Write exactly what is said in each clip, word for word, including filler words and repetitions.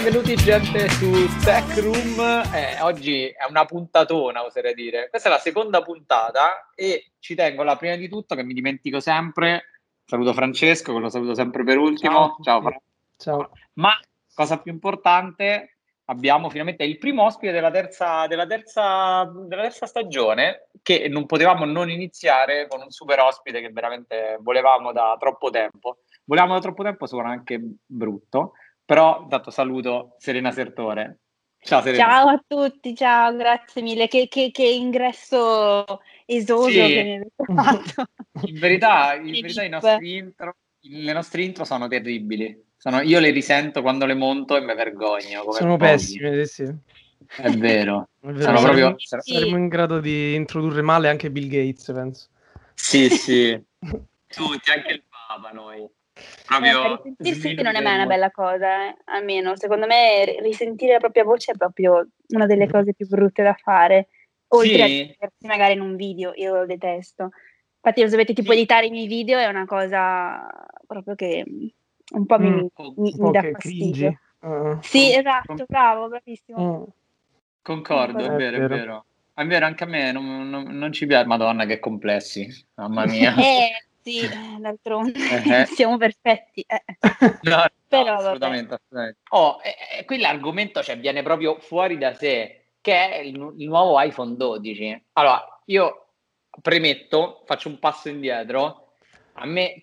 benvenuti gente su Tech Room. Eh, oggi è una puntatona, oserei dire. Questa è la seconda puntata e ci tengo là prima di tutto, che mi dimentico sempre. Saluto Francesco, che lo saluto sempre per ultimo. Ciao, Ciao, Fra- ciao. Ma cosa più importante, abbiamo finalmente il primo ospite della terza, della terza, della terza stagione, che non potevamo non iniziare con un super ospite che veramente volevamo da troppo tempo. Volevamo da troppo tempo, suona anche brutto. Però, dato saluto Serena Sertore. Ciao Serena. Ciao a tutti, ciao, grazie mille. Che, che, che ingresso esoso Sì, che mi avete fatto. in verità, in verità i nostri intro, le nostre intro sono terribili. Sono, io le risento quando le monto e mi vergogno. Come Sono pochi. pessime, sì, sì. È vero. È vero, Sono saremo, proprio... saremo in grado di introdurre male anche Bill Gates, penso. Sì, sì. Tutti, anche il Papa, noi. Proprio Eh, risentirsi non è mai una bella cosa, eh? Almeno secondo me risentire la propria voce è proprio una delle cose più brutte da fare, oltre a Sì. sentirsi magari in un video, io lo detesto. Infatti lo sapete, tipo Sì. editare i miei video è una cosa proprio che un po' mi, Mm, mi, un mi po' dà che fastidio. cringy. Uh. Sì, Con- esatto, con- bravo, bravissimo. Mm. Concordo, è È vero, è vero. vero. È vero, anche a me non, non- non ci piace. Madonna, che complessi, mamma mia. Eh sì, eh, d'altronde Eh, eh. siamo perfetti. Eh. No, no, Però assolutamente, assolutamente. Oh, e, e qui l'argomento cioè, viene proprio fuori da sé, che è il, il nuovo iPhone dodici. Allora, io premetto, faccio un passo indietro. A me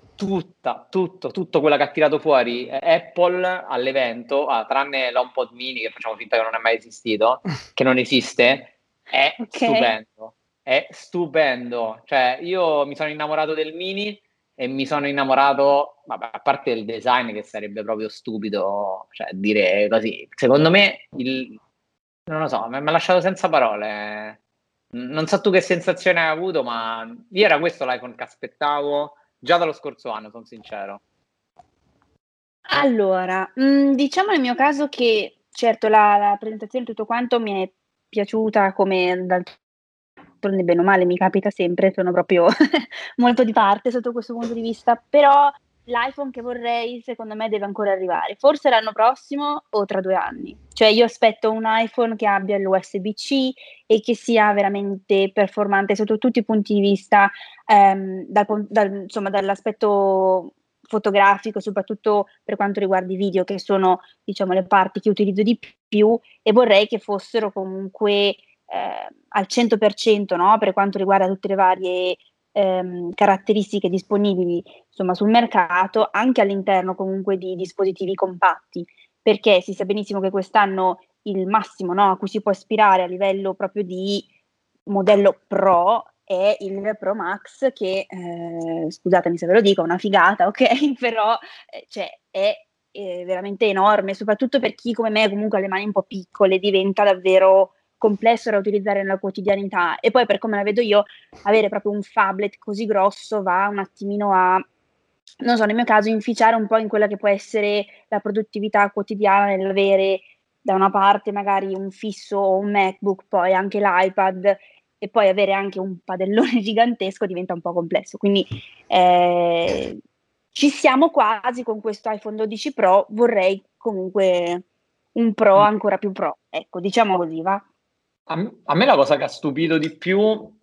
tutta, tutto, tutto quello che ha tirato fuori eh, Apple all'evento, ah, tranne l'HomePod mini, che facciamo finta che non è mai esistito, che non esiste, è Ok. stupendo. È stupendo. Cioè, io mi sono innamorato del mini e mi sono innamorato, vabbè, a parte il design che sarebbe proprio stupido, cioè dire così. Secondo me, il, non lo so, mi mi ha lasciato senza parole. Non so tu che sensazione hai avuto, ma io era questo l'iPhone che aspettavo già dallo scorso anno, sono sincero. Allora, mh, diciamo nel mio caso che certo la, la presentazione e tutto quanto mi è piaciuta, come d'altronde bene o male mi capita sempre, sono proprio molto di parte sotto questo punto di vista, però l'iPhone che vorrei secondo me deve ancora arrivare, forse l'anno prossimo o tra due anni. Cioè io aspetto un iPhone che abbia l'U S B C e che sia veramente performante sotto tutti i punti di vista, ehm, dal, pon- dal- insomma, dall'aspetto fotografico, soprattutto per quanto riguarda i video, che sono diciamo le parti che utilizzo di più, e vorrei che fossero comunque eh, al cento per cento, no? Per quanto riguarda tutte le varie ehm, caratteristiche disponibili insomma sul mercato, anche all'interno comunque di dispositivi compatti, perché si sa benissimo che quest'anno il massimo, no, a cui si può aspirare a livello proprio di modello Pro è il Pro Max, che eh, scusatemi se ve lo dico, è una figata, ok? Però eh, cioè, è eh, veramente enorme, soprattutto per chi come me comunque ha le mani un po' piccole, diventa davvero complesso da utilizzare nella quotidianità. E poi, per come la vedo io, avere proprio un phablet così grosso va un attimino a, non so, nel mio caso, inficiare un po' in quella che può essere la produttività quotidiana nell'avere da una parte magari un fisso o un MacBook, poi anche l'iPad, e poi avere anche un padellone gigantesco diventa un po' complesso. Quindi eh, ci siamo quasi con questo iPhone dodici Pro, vorrei comunque un Pro ancora più Pro, ecco, diciamo così, va? A, m- a me la cosa che ha stupito di più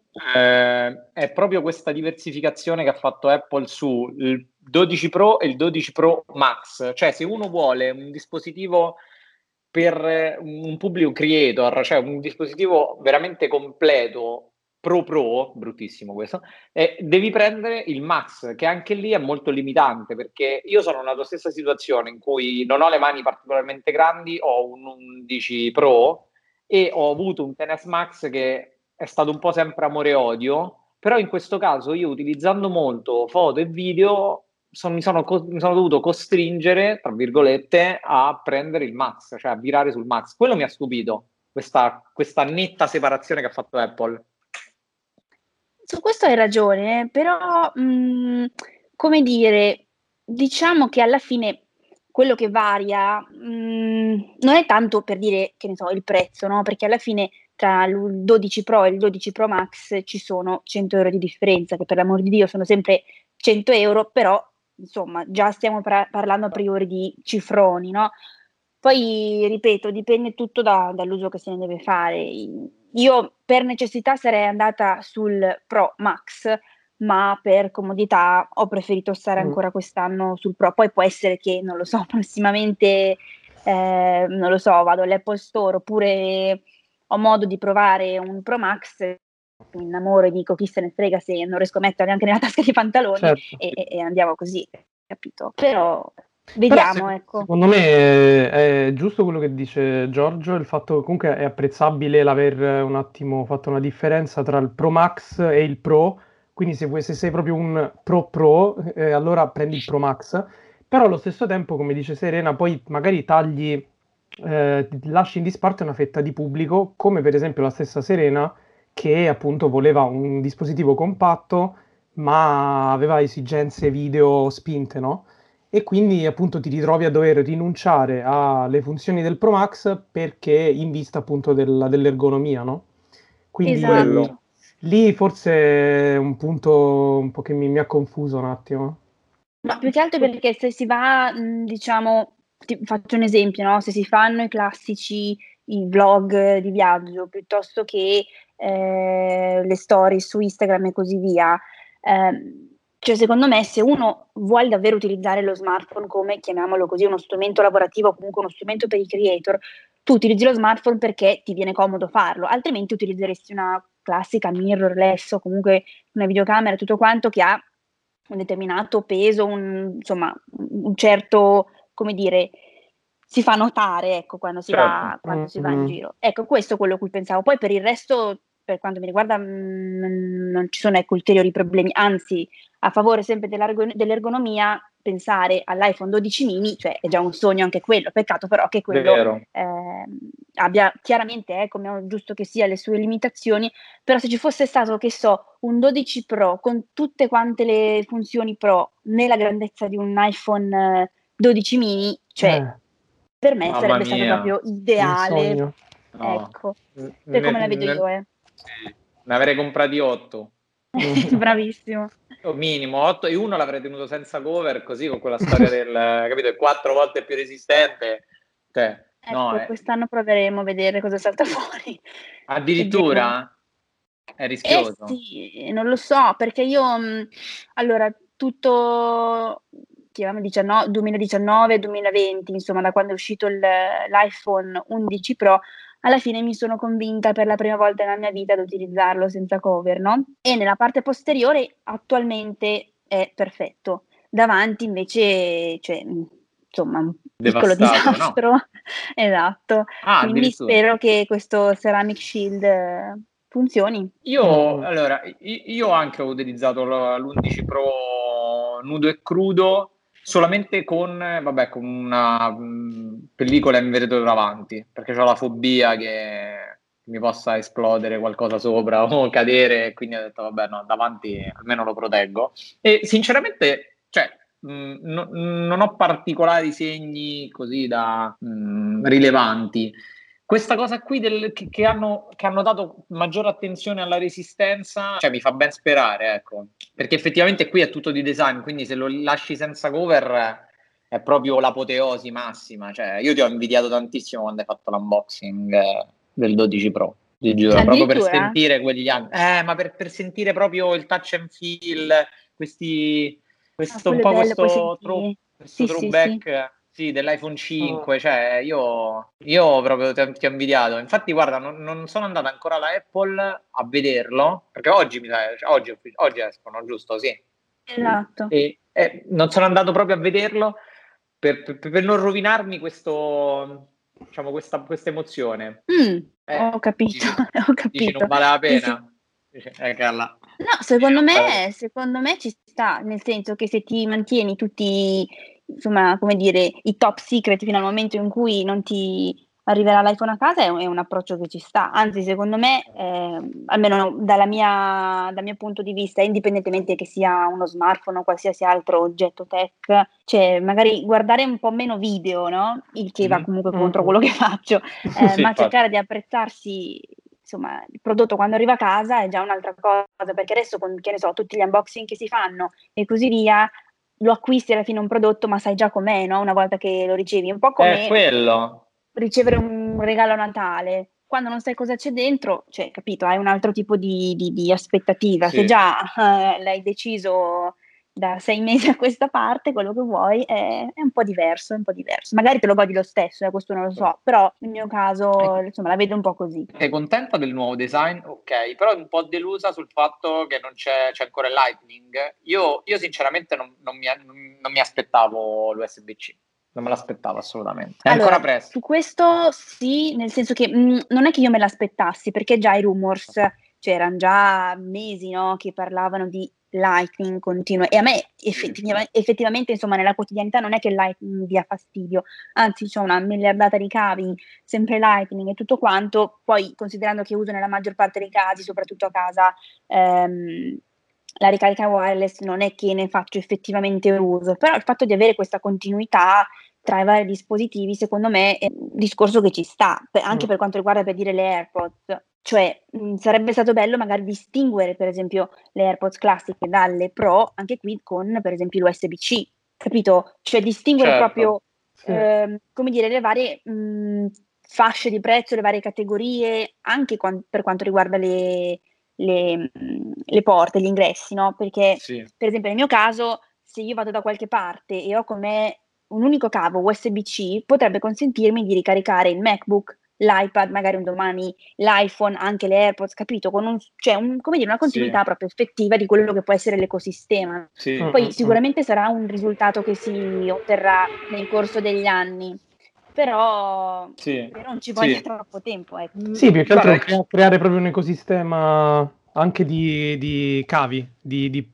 eh, è proprio questa diversificazione che ha fatto Apple su il dodici Pro e il dodici Pro Max. Cioè, se uno vuole un dispositivo per un pubblico creator, cioè un dispositivo veramente completo, Pro Pro, bruttissimo questo, eh, devi prendere il Max, che anche lì è molto limitante, perché io sono nella tua stessa situazione in cui non ho le mani particolarmente grandi, ho un undici Pro e ho avuto un X S Max che è stato un po' sempre amore e odio, però in questo caso io utilizzando molto foto e video son- mi, sono co- mi sono dovuto costringere, tra virgolette, a prendere il Max, cioè a virare sul Max. Quello mi ha stupito, questa, questa netta separazione che ha fatto Apple. Su questo hai ragione, però mh, come dire, diciamo che alla fine quello che varia mh, non è tanto per dire, che ne so, il prezzo, no? Perché alla fine tra il dodici Pro e il dodici Pro Max ci sono cento euro di differenza, che per l'amor di Dio sono sempre cento euro, però insomma già stiamo pra- parlando a priori di cifroni, no? Poi, ripeto, dipende tutto da dall'uso che se ne deve fare. Io per necessità sarei andata sul Pro Max, ma per comodità ho preferito stare Mh. ancora quest'anno sul Pro. Poi può essere che, non lo so, prossimamente, ehm, non lo so, vado all'Apple Store oppure ho modo di provare un Pro Max, mi innamoro e dico: "Chi se ne frega se non riesco a metterli anche nella tasca dei pantaloni", Certo. e e e andiamo così, capito? Però Però vediamo, sec ecco. secondo me è è giusto quello che dice Giorgio, il fatto che comunque è apprezzabile l'aver un attimo fatto una differenza tra il Pro Max e il Pro, quindi se vuoi se sei proprio un pro pro, ehm, allora prendi il Pro Max, però allo stesso tempo, come dice Serena, poi magari tagli ehm, t lasci in disparte una fetta di pubblico, come per esempio la stessa Serena, che appunto voleva un dispositivo compatto, ma aveva esigenze video spinte, no, e quindi appunto ti ritrovi a dover rinunciare alle funzioni del Pro Max perché in vista appunto del dell'ergonomia, no, quindi Quello. Esatto. lì forse è un punto un po' che mi mi ha confuso un attimo. Ma più che altro perché se si va, mhmm, diciamo, ti faccio un esempio, no, se si fanno i classici i vlog di viaggio piuttosto che, ehm, le stories su Instagram e così via, ehm, cioè secondo me se uno vuole davvero utilizzare lo smartphone come, chiamiamolo così, uno strumento lavorativo o comunque uno strumento per i creator, tu utilizzi lo smartphone perché ti viene comodo farlo, altrimenti utilizzeresti una classica mirrorless o comunque una videocamera e tutto quanto che ha un determinato peso, un insomma, un un certo, come dire, si fa notare, ecco, quando si Certo. va quando si va in Mh-mh. giro. Ecco, questo è quello a cui pensavo. Poi per il resto, per quanto mi riguarda, mhmm, non non ci sono, ecco, ulteriori problemi, anzi, a favore sempre dell'argo dell'ergonomia, pensare all'iPhone dodici mini, cioè è già un sogno anche quello. Peccato però che quello, Vero. ehm, abbia chiaramente, eh, come è giusto che sia, le sue limitazioni, però se ci fosse stato, che so, un dodici Pro con tutte quante le funzioni Pro nella grandezza di un iPhone dodici mini, cioè Eh, per me Mamma sarebbe stato mia. proprio il ideale. sogno. No. Ecco, N per ne come la vedo io, ne eh. sì, ne avrei comprati otto. Mh. Bravissimo. O minimo otto, e uno l'avrei tenuto senza cover, così con quella storia del capito, è quattro volte più resistente. ceh, no, Ecco, è quest'anno proveremo a vedere cosa salta fuori. Vediamo. addirittura? È Eh rischioso. sì, non lo so, perché io, mhmm, allora tutto chiamiamo dicianno duemiladiciannove, duemilaventi, insomma da quando è uscito il l'iPhone undici Pro, alla fine mi sono convinta per la prima volta nella mia vita ad utilizzarlo senza cover, no, e nella parte posteriore attualmente è perfetto. Davanti invece, cioè, mhmm, insomma un piccolo Devastato, no. disastro. Esatto. Ah, Quindi addirittura. spero che questo Ceramic Shield funzioni. Io Mh-mh. allora, i io anche ho utilizzato l l'undici Pro nudo e crudo, solamente con vabbè, con una, mhmm, pellicola in vetro davanti, perché c'ho la fobia che mi possa esplodere qualcosa sopra o cadere, e quindi ho detto: "Vabbè no, davanti almeno lo proteggo". E sinceramente, cioè, mhmm, no non ho particolari segni così da mhmm, rilevanti. Questa cosa qui del che che hanno che hanno dato maggiore attenzione alla resistenza, cioè mi fa ben sperare, ecco. Perché effettivamente qui è tutto di design, quindi se lo lasci senza cover è proprio l'apoteosi massima. Cioè, io ti ho invidiato tantissimo quando hai fatto l'unboxing del dodici Pro, ti giuro, proprio per Addirittura? sentire quegli an eh, ma per per sentire proprio il touch and feel, questi Ah, questo un quello è po' bello, poi questo throw senti questo sì, sì, sì. throwback, sì, dell'iPhone Mh. cinque, cioè io io proprio ti ho ti ho invidiato. Infatti guarda, non non sono andato ancora alla Apple a vederlo, perché oggi mi sa cioè oggi è uffi oggi escono, giusto? Sì. Esatto. E e non sono andato proprio a vederlo per p per non rovinarmi questo diciamo questa questa emozione. Mh, Eh, ho capito, dici ho dici non capito. vale la Sì, sì. pena? Dici eh calla, No, dici secondo non vale la pe me secondo me ci sta, nel senso che se ti mantieni tutti, insomma, come dire, i top secret fino al momento in cui non ti arriverà l'iPhone a casa è un è un approccio che ci sta. Anzi, secondo me, ehm, almeno dalla mia dal mio punto di vista, indipendentemente che sia uno smartphone o qualsiasi altro oggetto tech, cioè magari guardare un po' meno video, no, il che va Mh-mh. comunque contro Mh-mh. quello che faccio, ehm, Sì, ma infatti. cercare di apprezzarsi, insomma, il prodotto quando arriva a casa è già un'altra cosa, perché adesso con, che ne so, tutti gli unboxing che si fanno e così via, lo acquisti alla fine un prodotto, ma sai già com'è, no? Una volta che lo ricevi, un po' come È quello. ricevere un regalo a Natale. Quando non sai cosa c'è dentro, cioè, capito, hai un altro tipo di, di, di aspettativa. Sì. Se già eh, l'hai deciso da sei mesi a questa parte, quello che vuoi è, è un po' diverso, è un po' diverso. Magari te lo godi lo stesso, eh, questo non lo so, però nel mio caso, insomma, la vedo un po' così. Sei contenta del nuovo design? Ok, però un po' delusa sul fatto che non c'è, c'è ancora il Lightning. Io, io sinceramente non, non, mi, non mi aspettavo l'U S B C. Non me l'aspettavo assolutamente. È allora, ancora presto. Su questo sì, nel senso che mh, non è che io me l'aspettassi, perché già i rumors, cioè erano già mesi, no, che parlavano di Lightning continuo, e a me effettiva- effettivamente, insomma, nella quotidianità non è che il Lightning dia fastidio, anzi c'ho una miliardata di cavi, sempre Lightning e tutto quanto, poi considerando che uso nella maggior parte dei casi, soprattutto a casa, ehm, la ricarica wireless, non è che ne faccio effettivamente uso, però il fatto di avere questa continuità tra i vari dispositivi, secondo me è un discorso che ci sta, per, anche Mm. per quanto riguarda, per dire, le AirPods. Cioè, mh, sarebbe stato bello magari distinguere, per esempio, le AirPods classiche dalle Pro, anche qui con, per esempio, l'U S B C, capito? Cioè, distinguere Certo. proprio, Sì. ehm, come dire, le varie mh, fasce di prezzo, le varie categorie, anche quan- per quanto riguarda le, le, mh, le porte, gli ingressi, no? Perché, Sì. per esempio, nel mio caso, se io vado da qualche parte e ho con me un unico cavo U S B C, potrebbe consentirmi di ricaricare il MacBook, l'iPad, magari un domani l'iPhone, anche le AirPods, capito? Con un, cioè un, come dire, una continuità Sì. proprio effettiva di quello che può essere l'ecosistema. Sì. Mm, Poi mm, sicuramente sarà un risultato che si otterrà nel corso degli anni, però Sì. spero non ci voglia Sì. troppo tempo. Ecco. mm. Sì, più che altro Guarda, crea- creare proprio un ecosistema anche di, di cavi, di, di-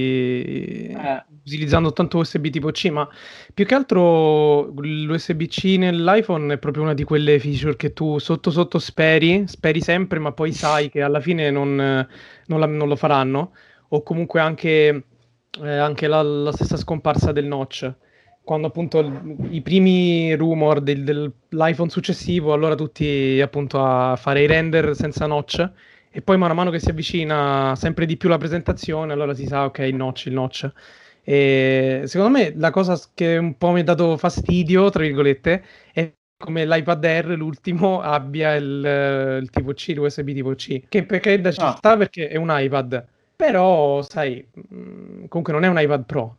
di- eh, utilizzando tanto U S B tipo C, ma più che altro l'U S B C nell'iPhone è proprio una di quelle feature che tu sotto sotto speri, speri sempre, ma poi sai che alla fine non, non la- non lo faranno, o comunque anche, eh, anche la, la stessa scomparsa del notch. Quando appunto il- i primi rumor del- dell'iPhone successivo, allora tutti appunto a fare i render senza notch, e poi mano a mano che si avvicina sempre di più la presentazione, allora si sa, ok, il notch, il notch. E secondo me la cosa che un po' mi ha dato fastidio, tra virgolette, è come l'iPad Air, l'ultimo, abbia il, eh, il tipo C, l'U S B tipo C, che per carità ci Ah. sta perché è un iPad, però sai, mh, comunque non è un iPad Pro.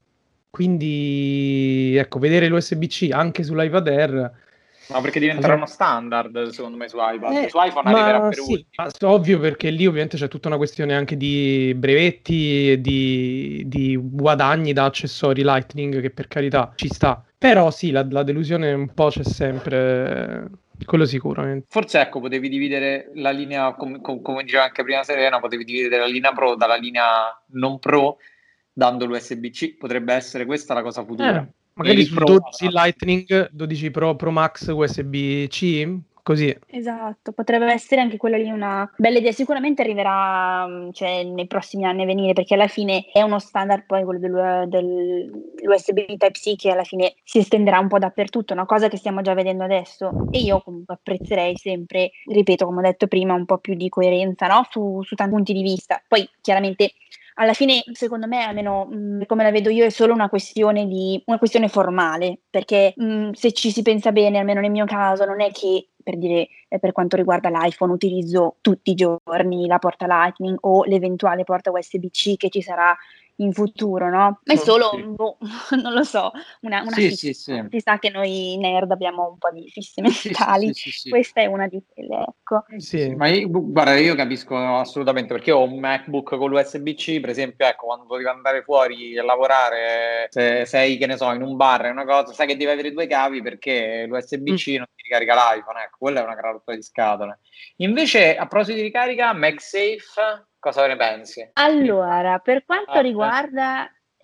Quindi, ecco, vedere l'U S B C anche sull'iPad Air. Ma perché diventerà uno standard, secondo me, su iPad. Eh, Su iPhone arriverà ma per sì, ultimo. ma ovvio, perché lì ovviamente c'è tutta una questione anche di brevetti e di, di guadagni da accessori Lightning, che per carità ci sta. Però sì, la, la delusione un po' c'è sempre, quello sicuramente. Forse ecco, potevi dividere la linea, com- com- come diceva anche prima Serena, potevi dividere la linea Pro dalla linea non Pro dando l'U S B C. Potrebbe essere questa la cosa futura. Eh, E magari il sul Pro dodici avrà- Lightning, dodici Pro, Pro Max U S B C, così. Esatto, potrebbe essere anche quella lì una bella idea. Sicuramente arriverà, mh, cioè, nei prossimi anni a venire, perché alla fine è uno standard poi quello dell'U- dell'U S B Type-C, che alla fine si estenderà un po' dappertutto, una cosa che stiamo già vedendo adesso. E io comunque apprezzerei sempre, ripeto, come ho detto prima, un po' più di coerenza, no? Su, su tanti punti di vista. Poi chiaramente alla fine, secondo me, almeno mh, come la vedo io, è solo una questione di una questione formale, perché mh, se ci si pensa bene, almeno nel mio caso, non è che, per dire, eh, per quanto riguarda l'iPhone, utilizzo tutti i giorni la porta Lightning o l'eventuale porta U S B C che ci sarà in futuro, no? Ma è Mm, solo, sì. boh, non lo so, una, una Sì, fissa. sì, sì. Si sa che noi nerd abbiamo un po' di fisse Sì, sì, mentali, sì, sì, sì. questa è una di quelle, ecco. sì. Ma io, guarda, io capisco assolutamente, perché io ho un MacBook con l'U S B C, per esempio, ecco, quando devo andare fuori a lavorare, se sei, che ne so, in un bar, è una cosa, sai che devi avere due cavi perché l'U S B C Mm. non ti ricarica l'iPhone, ecco, quella è una gran rottura di scatole. Invece, a proposito di ricarica, MagSafe, cosa ne pensi? Allora, per quanto Ah, riguarda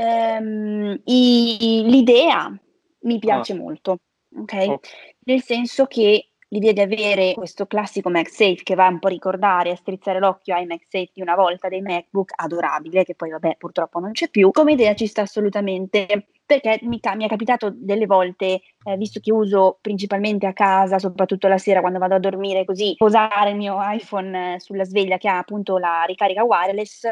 ehm, i- l'idea, mi ah, piace molto, ok? oh, Nel senso che l'idea di avere questo classico MagSafe che va un po' a ricordare, a strizzare l'occhio ai MagSafe di una volta dei MacBook, adorabile, che poi vabbè purtroppo non c'è più, come idea ci sta assolutamente, perché mi, ca- mi è capitato delle volte, eh, visto che uso principalmente a casa, soprattutto la sera quando vado a dormire, così posare il mio iPhone eh, sulla sveglia che ha appunto la ricarica wireless,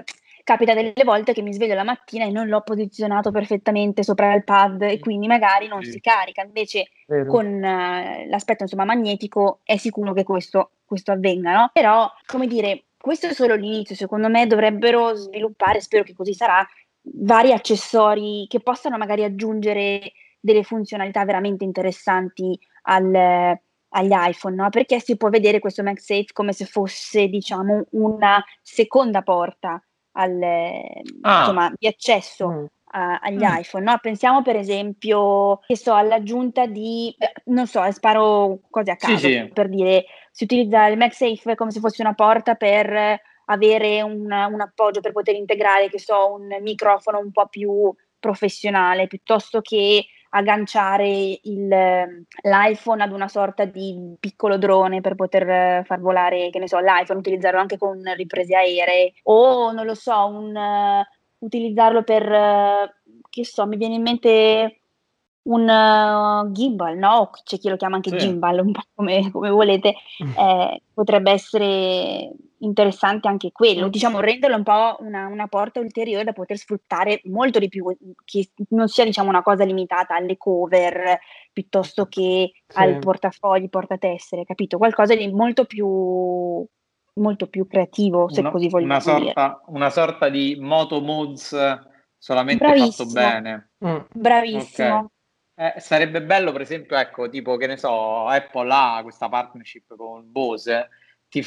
capita delle volte che mi sveglio la mattina e non l'ho posizionato perfettamente sopra il pad e quindi magari non Sì. si carica. Invece Vero. con uh, l'aspetto insomma magnetico è sicuro che questo, questo avvenga, no? Però, come dire, questo è solo l'inizio. Secondo me dovrebbero sviluppare, spero che così sarà, vari accessori che possano magari aggiungere delle funzionalità veramente interessanti al, agli iPhone, no? Perché si può vedere questo MagSafe come se fosse, diciamo, una seconda porta al, Ah. insomma, di accesso Mm. a, agli Mm. iPhone, no? Pensiamo per esempio, che so, all'aggiunta di, eh, non so, sparo cose a Sì, caso, sì. per dire, si utilizza il MagSafe come se fosse una porta per avere un, un appoggio per poter integrare, che so, un microfono un po' più professionale, piuttosto che agganciare il, l'iPhone ad una sorta di piccolo drone per poter far volare, che ne so, l'iPhone, utilizzarlo anche con riprese aeree, o non lo so, un, uh, utilizzarlo per, uh, che so, mi viene in mente un uh, gimbal, no? C'è chi lo chiama anche Sì. gimbal, un po' come, come volete, eh, potrebbe essere interessante anche quello, diciamo renderlo un po' una, una porta ulteriore da poter sfruttare molto di più, che non sia diciamo una cosa limitata alle cover piuttosto che Sì. al portafogli, portatessere, capito? Qualcosa di molto più molto più creativo, se Una, così vogliamo una dire. sorta, una sorta di Moto Mods solamente fatto Bravissimo, bene. Mm. bravissimo. Ok. Eh, sarebbe bello, per esempio, ecco, tipo che ne so, Apple ha questa partnership con Bose, ti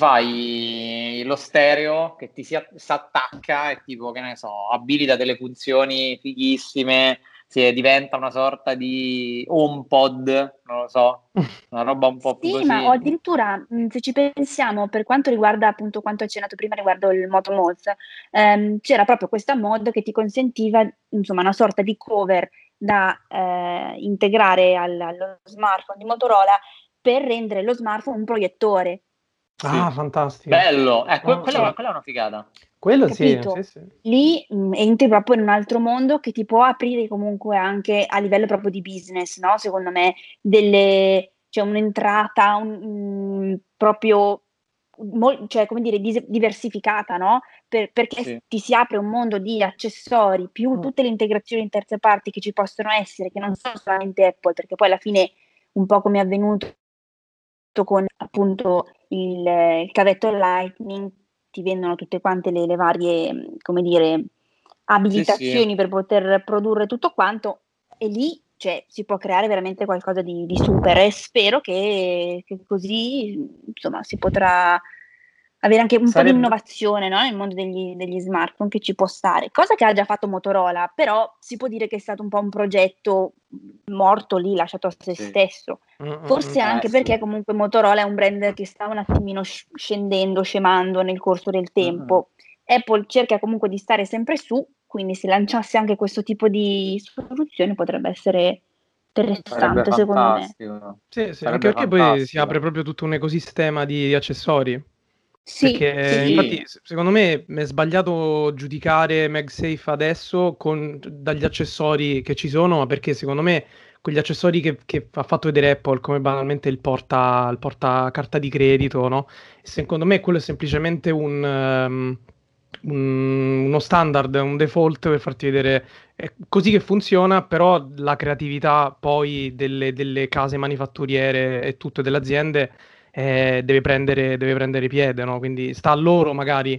fai lo stereo che ti si attacca e tipo, che ne so, abilita delle funzioni fighissime, si diventa una sorta di HomePod, non lo so, una roba un po' più Sì, ma o così. addirittura mh, se ci pensiamo per quanto riguarda appunto quanto accennato prima riguardo il Moto Mods, ehm, c'era proprio questa mod che ti consentiva insomma una sorta di cover da eh, integrare al- allo smartphone di Motorola per rendere lo smartphone un proiettore. Sì. Ah, fantastico. Bello, eh, que- Mm, quella, è Cioè, una, quella è una figata. Quello sì, capito? sì, sì. Lì mh, entri proprio in un altro mondo che ti può aprire comunque anche a livello proprio di business, no? Secondo me, delle, cioè un'entrata un, un- proprio, mol- cioè come dire, dis- diversificata, no? Per- perché Sì. ti si apre un mondo di accessori, più Mm. tutte le integrazioni in terze parti che ci possono essere, che non sono solamente Apple, perché poi alla fine, un po' come è avvenuto con appunto il, il cavetto Lightning, ti vendono tutte quante le, le varie, come dire, abilitazioni Sì, sì. per poter produrre tutto quanto, e lì cioè, si può creare veramente qualcosa di, di super, e spero che, che così insomma si potrà avere anche un po' di Sarebbe... innovazione, no? Nel mondo degli, degli smartphone che ci può stare, cosa che ha già fatto Motorola, però si può dire che è stato un po' un progetto morto lì, lasciato a se Sì. stesso. Mm, mm, Forse Eh, anche sì. perché comunque Motorola è un brand che sta un attimino sc- scendendo, scemando nel corso del tempo. Apple cerca comunque di stare sempre su, quindi se lanciasse anche questo tipo di soluzione potrebbe essere Sarebbe interessante, secondo me. fantastico. Sì, sì, anche Sarebbe perché poi si apre fantastico. proprio tutto un ecosistema di accessori. Sì, Perché sì, infatti, Sì. s- secondo me è sbagliato giudicare MagSafe adesso con, dagli accessori che ci sono, ma perché secondo me quegli accessori che, che ha fatto vedere Apple, come banalmente il porta, il porta carta di credito, no? Secondo me quello è semplicemente un, ehm, un- uno standard, un default per farti vedere è così che funziona, però la creatività poi delle, delle case manifatturiere e tutte delle aziende eh, deve prendere, deve prendere piede, no? Quindi sta a loro magari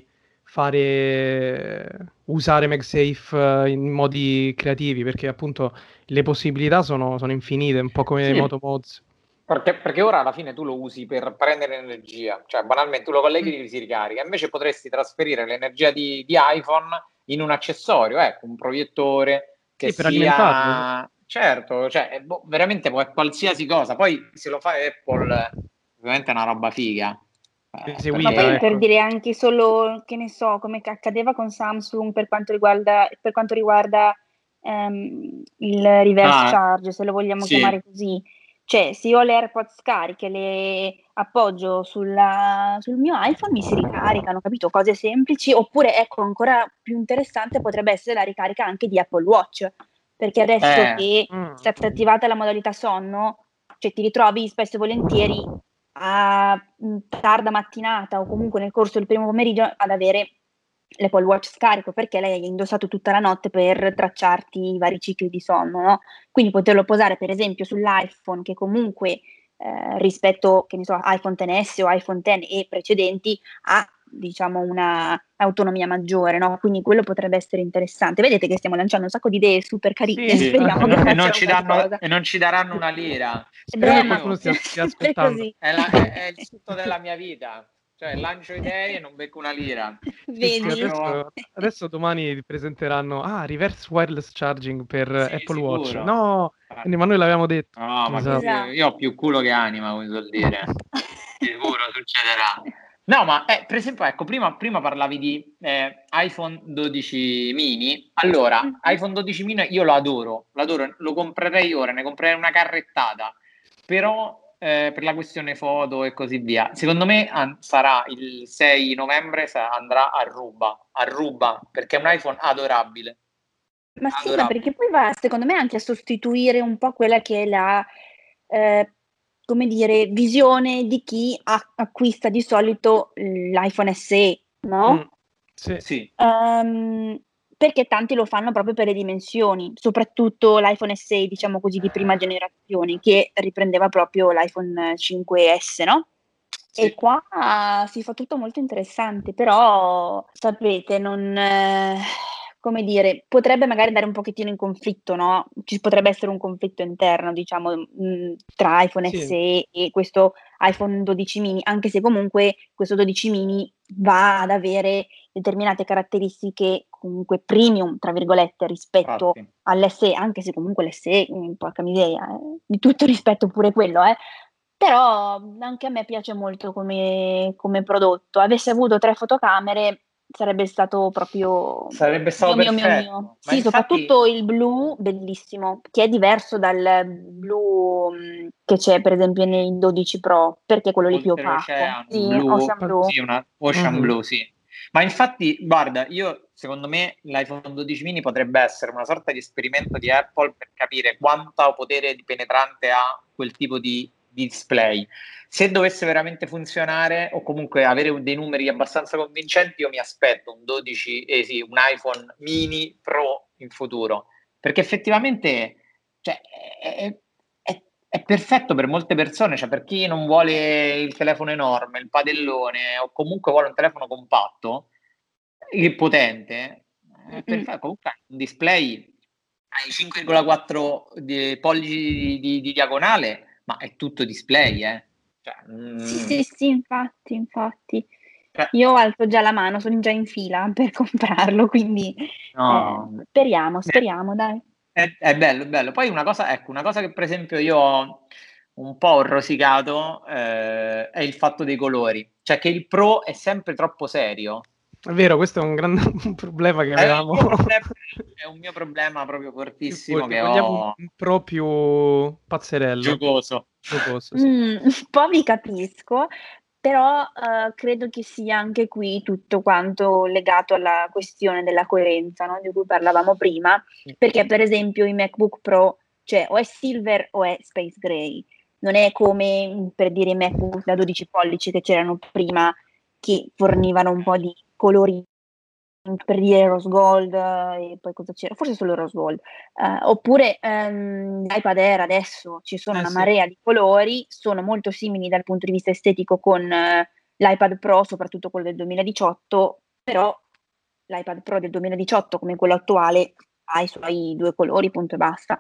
fare usare MagSafe eh, in modi creativi, perché appunto le possibilità sono, sono infinite, un po' come Sì. Moto Mods. Perché, perché ora alla fine tu lo usi per prendere energia, cioè banalmente tu lo colleghi e si ricarica, invece potresti trasferire l'energia di, di iPhone in un accessorio, ecco, un proiettore che Sì, per alimentarlo. Sì. sia... Certo, cioè, boh, veramente può qualsiasi cosa, poi se lo fa Apple, ovviamente è una roba figa. Sì, Eh, ma seguita, poi per ecco. dire anche solo, che ne so, come ca- accadeva con Samsung per quanto riguarda, per quanto riguarda ehm, il reverse Ah, charge, se lo vogliamo sì, chiamare così. Cioè, se io ho le AirPods cariche, le appoggio sulla- sul mio iPhone, mi si ricaricano, capito? Cose semplici. Oppure, ecco, ancora più interessante potrebbe essere la ricarica anche di Apple Watch, perché adesso eh, che Mm. è stata attivata la modalità sonno, cioè ti ritrovi spesso e volentieri a mh, tarda mattinata o comunque nel corso del primo pomeriggio ad avere l'Apple Watch scarico, perché lei ha indossato tutta la notte per tracciarti i vari cicli di sonno, no? Quindi poterlo posare per esempio sull'iPhone, che comunque eh, rispetto, che ne so, iPhone X S o iPhone X e precedenti ha, diciamo, una autonomia maggiore, no? Quindi quello potrebbe essere interessante. Vedete che stiamo lanciando un sacco di idee super carine, Sì, Sì, speriamo e che non, e non facciano ci danno, qualcosa. e non ci daranno una lira. Speriamo Beh, che ma qualcuno stia, stia sempre ascoltando. così. È, la- è- è il frutto della mia vita. Cioè, lancio idee e non becco una lira. Sì, sì, Vedi? Proprio... adesso, adesso domani vi presenteranno ah, reverse wireless charging per Sì, Apple Watch. sicuro. No, quindi, ma noi l'avevamo detto. No, ma Esatto. Esatto. io ho più culo che anima, come suol dire. Sicuro succederà. No, ma eh, per esempio, ecco, prima, prima parlavi di eh, iPhone dodici mini. Allora, Mhm. iPhone dodici mini io lo adoro, lo adoro, lo comprerei ora, ne comprerei una carrettata, però eh, per la questione foto e così via, secondo me an- sarà il sei novembre, sa- andrà a ruba, a ruba, perché è un iPhone adorabile. Ma sì, ma Adorabile. perché poi va, secondo me, anche a sostituire un po' quella che è la, eh, come dire, visione di chi a- acquista di solito l'iPhone S E, no? Mm, sì. Sì, Ehm, perché tanti lo fanno proprio per le dimensioni, soprattutto l'iPhone S E, diciamo così, di prima generazione, che riprendeva proprio l'iPhone cinque S, no? E sì. qua ah, si fa tutto molto interessante, però sapete, non, eh, come dire, potrebbe magari dare un pochettino in conflitto, no? Ci potrebbe essere un conflitto interno, diciamo, mh, tra iPhone Sì. S E e questo iPhone dodici mini, anche se comunque questo dodici mini va ad avere determinate caratteristiche comunque premium, tra virgolette, rispetto Infatti. all'S E, anche se comunque l'S E, mh, porca miseria, eh, di tutto rispetto pure quello, eh. Però anche a me piace molto come, come prodotto. Avesse avuto tre fotocamere sarebbe stato proprio Sarebbe stato mio, mio, mio, mio. perfetto, ma Sì, infatti soprattutto il blu, bellissimo, che è diverso dal blu mh, che c'è per esempio nei dodici Pro, perché è quello lì più opaco. oltreoceano, Sì, blu, Ocean Blue. sì, una ocean Mhm. blue, sì. Ma infatti, guarda, io secondo me l'iPhone dodici mini potrebbe essere una sorta di esperimento di Apple per capire quanto potere di penetrante ha quel tipo di display. Se dovesse veramente funzionare o comunque avere dei numeri abbastanza convincenti, io mi aspetto un dodici, eh sì, un iPhone mini Pro in futuro, perché effettivamente cioè, è, è- è perfetto per molte persone, cioè per chi non vuole il telefono enorme, il padellone o comunque vuole un telefono compatto e potente, è Mm-mm. perfetto. Comunque un display hai cinque virgola quattro di- pollici di, di- di diagonale, ma è tutto display, eh. Cioè, Sì, mm, sì, sì, infatti, infatti. cioè, Io alzo già la mano, sono già in fila per comprarlo, quindi eh, no. speriamo, speriamo, dai. È, è bello, è bello. Poi una cosa, ecco, una cosa che per esempio io ho un po' rosicato eh, è il fatto dei colori, cioè che il Pro è sempre troppo serio. È vero, questo è un grande un problema che È un avevamo. mio problema, è un mio problema proprio Che vo- fortissimo che che vogliamo un, ho un pro più pazzerello, giocoso. giocoso, sì. Mm, un po' vi capisco, però eh, credo che sia anche qui tutto quanto legato alla questione della coerenza, no? Di cui parlavamo prima, perché per esempio i MacBook Pro, cioè o è silver o è space gray, non è come mm, per dire i MacBook da dodici pollici che c'erano prima, che fornivano un po' di colori, per dire rose gold, eh, e poi cosa c'era? Forse solo rose gold. Eh, oppure ehm, l'iPad Air adesso ci sono Eh una sì. marea di colori, sono molto simili dal punto di vista estetico con eh, l'iPad Pro, soprattutto quello del duemiladiciotto, però l'iPad Pro del duemiladiciotto come quello attuale ha i suoi due colori, punto e basta.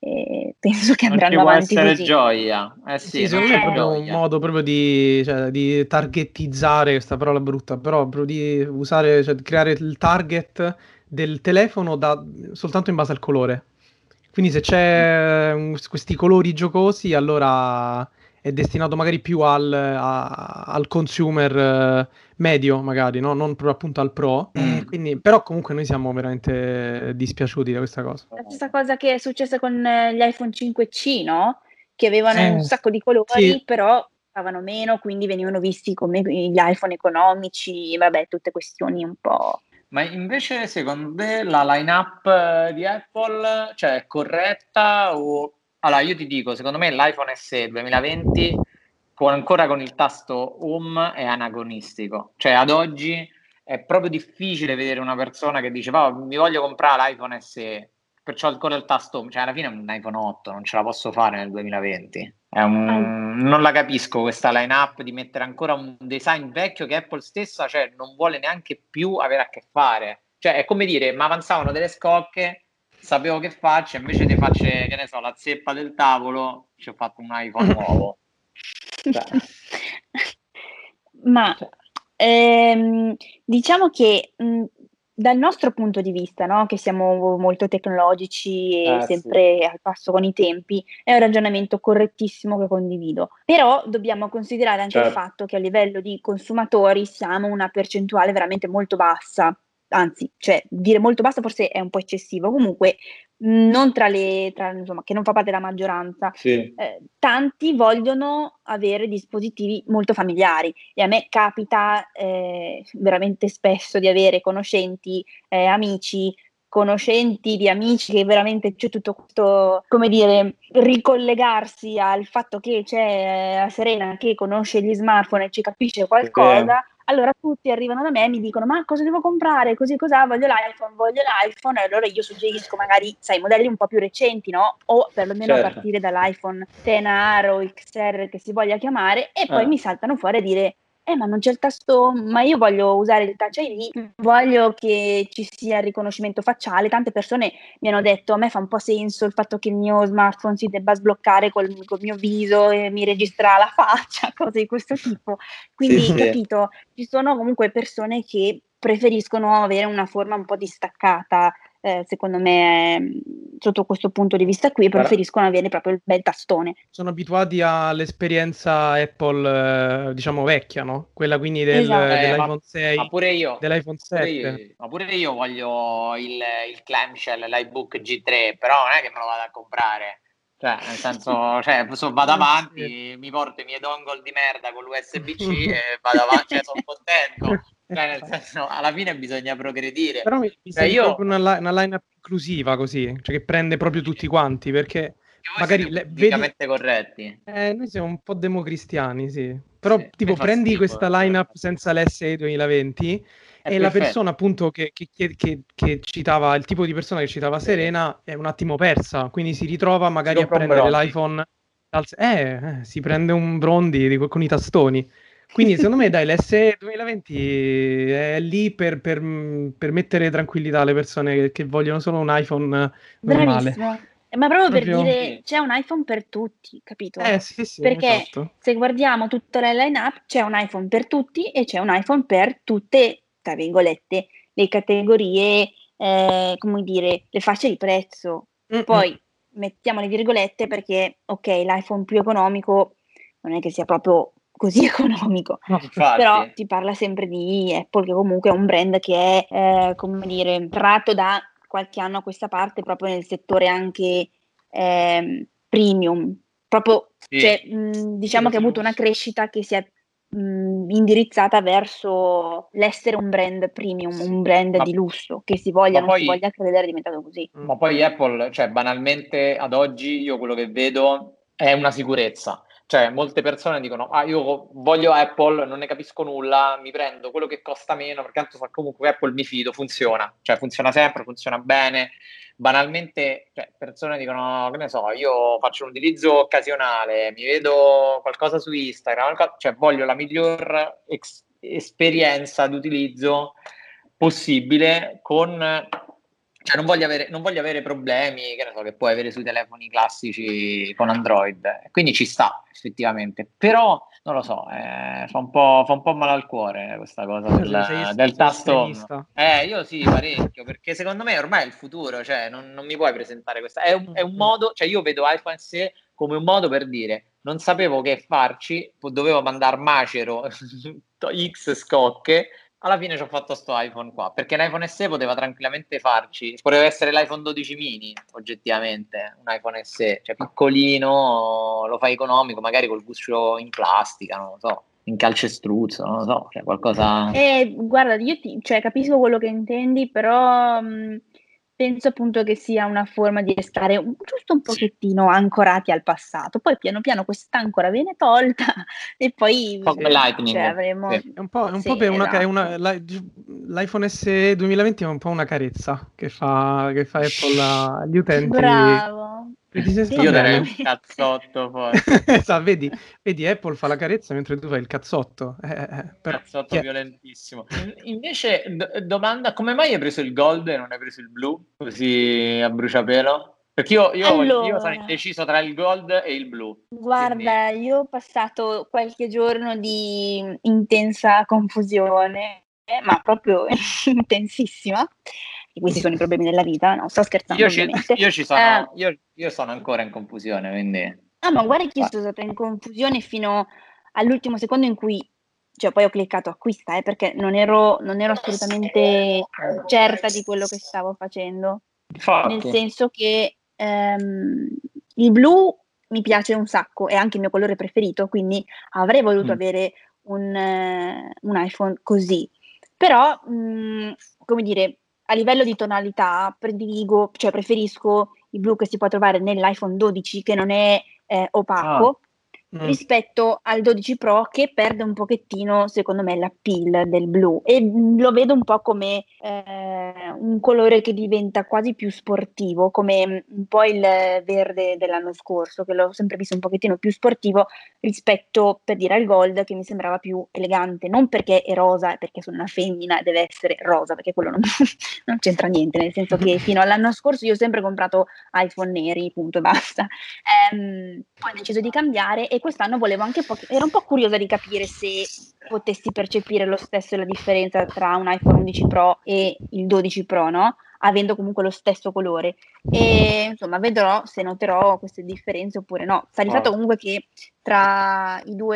E penso che Non ci andranno può avanti essere così. gioia. Eh Sì, sì, non secondo me è c'è Eh, proprio un gioia. modo proprio di, cioè, di targetizzare, questa parola brutta, però proprio di usare, cioè, di creare il target del telefono da- soltanto in base al colore. Quindi se c'è un- questi colori giocosi, allora è destinato magari più al, a- al consumer eh, medio, magari, no? Non proprio appunto al pro. E Mm. quindi, però comunque noi siamo veramente dispiaciuti da questa cosa. La stessa cosa che è successa con eh, gli iPhone cinque C, no? Che avevano un Eh, sacco di sì, colori, però costavano meno, quindi venivano visti come gli iPhone economici, vabbè, tutte questioni un po'. Ma invece, secondo te, la line-up eh, di Apple, cioè, è corretta o... Allora, io ti dico, secondo me l'iPhone S E duemilaventi con, ancora con il tasto Home è anacronistico. Cioè, ad oggi è proprio difficile vedere una persona che dice "Va, mi voglio comprare l'iPhone S E, perciò ancora il tasto", cioè alla fine è un iPhone otto, non ce la posso fare nel duemilaventi. È un... non la capisco questa line-up di mettere ancora un design vecchio che Apple stessa, cioè, non vuole neanche più avere a che fare. Cioè è come dire, ma avanzavano delle scocche, sapevo che faccio, invece di faccio, che ne so, la zeppa del tavolo, ci ho fatto un iPhone nuovo. Cioè. Ma ehm, diciamo che mh, dal nostro punto di vista, no, che siamo molto tecnologici e Eh, sempre sì. al passo con i tempi, è un ragionamento correttissimo che condivido. Però dobbiamo considerare anche certo. il fatto che a livello di consumatori siamo una percentuale veramente molto bassa. Anzi, cioè dire molto bassa forse è un po' eccessivo, comunque non tra le, tra, insomma, che non fa parte della maggioranza. Sì. Eh, tanti vogliono avere dispositivi molto familiari e a me capita eh, veramente spesso di avere conoscenti, eh, amici, conoscenti di amici che veramente c'è tutto questo, come dire, ricollegarsi al fatto che c'è la Serena che conosce gli smartphone e ci capisce qualcosa. Sì. Allora tutti arrivano da me e mi dicono ma cosa devo comprare, così cos'ha, voglio l'iPhone, voglio l'iPhone, e allora io suggerisco magari, sai, modelli un po' più recenti, no? O perlomeno certo. a partire dall'iPhone X R o X R che si voglia chiamare, e poi eh. mi saltano fuori a dire eh ma non c'è il tasto, ma io voglio usare il Touch I D, voglio che ci sia il riconoscimento facciale. Tante persone mi hanno detto a me fa un po' senso il fatto che il mio smartphone si debba sbloccare col, col mio viso e mi registra la faccia, cose di questo tipo, quindi sì, capito, ci sono comunque persone che preferiscono avere una forma un po' distaccata. Eh, secondo me, sotto questo punto di vista qui, preferiscono avere proprio il bel tastone. Sono abituati all'esperienza Apple, eh, diciamo, vecchia, no? Quella quindi del, esatto. eh, dell'iPhone ma, sei, ma pure io, dell'iPhone pure sette. io, ma pure io voglio il, il clamshell, l'iBook G tre, però non è che me lo vado a comprare. Cioè, nel senso, cioè, so, vado avanti, sì. mi porto i miei dongle di merda con l'U S B C e vado avanti, cioè, sono contento. Cioè, nel senso, alla fine bisogna progredire. Però mi, mi cioè, sembra io... proprio una, una line-up inclusiva così, cioè che prende proprio tutti quanti, perché magari le, vedi... corretti. Eh, noi siamo un po' democristiani, sì. Però sì, tipo prendi schifo, questa line-up senza l'S E duemilaventi è e perfetto. La persona appunto che, che, che, che citava, il tipo di persona che citava sì. Serena è un attimo persa, quindi si ritrova magari a prendere Brondi. l'iPhone, eh, eh, si prende un Brondi di, con i tastoni. Quindi secondo me dai, l'S E duemilaventi è lì per, per, per mettere tranquillità alle persone che, che vogliono solo un iPhone normale. Bravissimo. Ma proprio, Proprio... per dire, c'è un iPhone per tutti, capito? Eh sì sì, perché esatto. se guardiamo tutta la line-up c'è un iPhone per tutti e c'è un iPhone per tutte, tra virgolette, le categorie, eh, come dire, le fasce di prezzo. Mm-mm. Poi mettiamo le virgolette perché, ok, l'iPhone più economico non è che sia proprio così economico, no, però si parla sempre di Apple, che comunque è un brand che è, eh, come dire, tratto da qualche anno a questa parte proprio nel settore anche eh, premium, proprio sì. cioè, mh, diciamo sì, che ha avuto una crescita che si è mh, indirizzata verso l'essere un brand premium, sì. un brand ma, di lusso, che si voglia o non poi, si voglia credere è diventato così. Ma poi Apple, cioè banalmente ad oggi io quello che vedo è una sicurezza. Cioè, molte persone dicono, ah, io voglio Apple, non ne capisco nulla, mi prendo quello che costa meno, perché tanto so comunque Apple mi fido, funziona. Cioè, funziona sempre, funziona bene. Banalmente, cioè, persone dicono, che ne so, io faccio un utilizzo occasionale, mi vedo qualcosa su Instagram, cioè voglio la miglior ex- esperienza di utilizzo possibile con... Cioè non voglio, avere, non voglio avere problemi, che ne so, che puoi avere sui telefoni classici con Android. Quindi ci sta, effettivamente. Però, non lo so, eh, fa, un po', fa un po' male al cuore questa cosa del, sei, del sei tasto. Estremista. Eh, io sì, parecchio, perché secondo me ormai è il futuro, cioè non, non mi puoi presentare questa. È un, è un modo, cioè io vedo iPhone S E come un modo per dire, non sapevo che farci, dovevo mandare macero X scocche, alla fine ci ho fatto sto iPhone qua, perché l'iPhone S E poteva tranquillamente farci, poteva essere l'iPhone dodici mini, oggettivamente, un iPhone S E, cioè piccolino, lo fai economico, magari col guscio in plastica, non lo so, in calcestruzzo, non lo so, cioè qualcosa... Eh, guarda, io ti, cioè, capisco quello che intendi, però mh, penso appunto che sia una forma di restare un, giusto un pochettino ancorati al passato, poi piano piano quest'ancora viene tolta e poi Un po' come Lightning. cioè, avremo... Sì. È un po', è un Sì, po' per una, è esatto. una- la- l'iPhone S E duemilaventi è un po' una carezza che fa, che fa Apple agli utenti. Bravo. E dice, sta Io darei bene. un cazzotto forse. Esatto, vedi, vedi, Apple fa la carezza mentre tu fai il cazzotto. Eh, eh, però chi Cazzotto è? violentissimo. In- invece, d- domanda, come mai hai preso il gold e non hai preso il blu? Così a bruciapelo? Perché io, io, voglio- io sono Allora, indeciso tra il gold e il blu. Quindi, guarda, io ho passato qualche giorno di intensa confusione, eh, ma proprio intensissima. E questi sono i problemi della vita, no? Sto scherzando, io ci, ovviamente. io ci Eh, sono, io, io sono ancora in confusione, quindi... Ah, ma guarda che io vai. sono stata in confusione fino all'ultimo secondo in cui, cioè poi ho cliccato acquista, eh, perché non ero, non ero assolutamente certa di quello che stavo facendo. Nel Infatti, senso che ehm, il blu mi piace un sacco, è anche il mio colore preferito, quindi avrei voluto Mm. avere un, eh, un iPhone così. Però, mh, come dire, a livello di tonalità prediligo, cioè preferisco il blu che si può trovare nell'iPhone dodici, che non è eh, Ah, opaco, Mm. rispetto al dodici Pro, che perde un pochettino, secondo me, l'appeal del blu, e mh, lo vedo un po' come eh, un colore che diventa quasi più sportivo, come mh, un po' il verde dell'anno scorso, che l'ho sempre visto un pochettino più sportivo rispetto, per dire, al gold, che mi sembrava più elegante, non perché è rosa, perché sono una femmina e deve essere rosa, perché quello non, non c'entra niente, nel senso che fino all'anno scorso io ho sempre comprato iPhone neri, punto e basta. Ehm, poi ho deciso di cambiare e quest'anno volevo anche po- ero un po' curiosa di capire se potessi percepire lo stesso la differenza tra un iPhone undici Pro e il dodici Pro, no? Avendo comunque lo stesso colore. E insomma, vedrò se noterò queste differenze oppure no. Sta di fatto oh, comunque che tra i due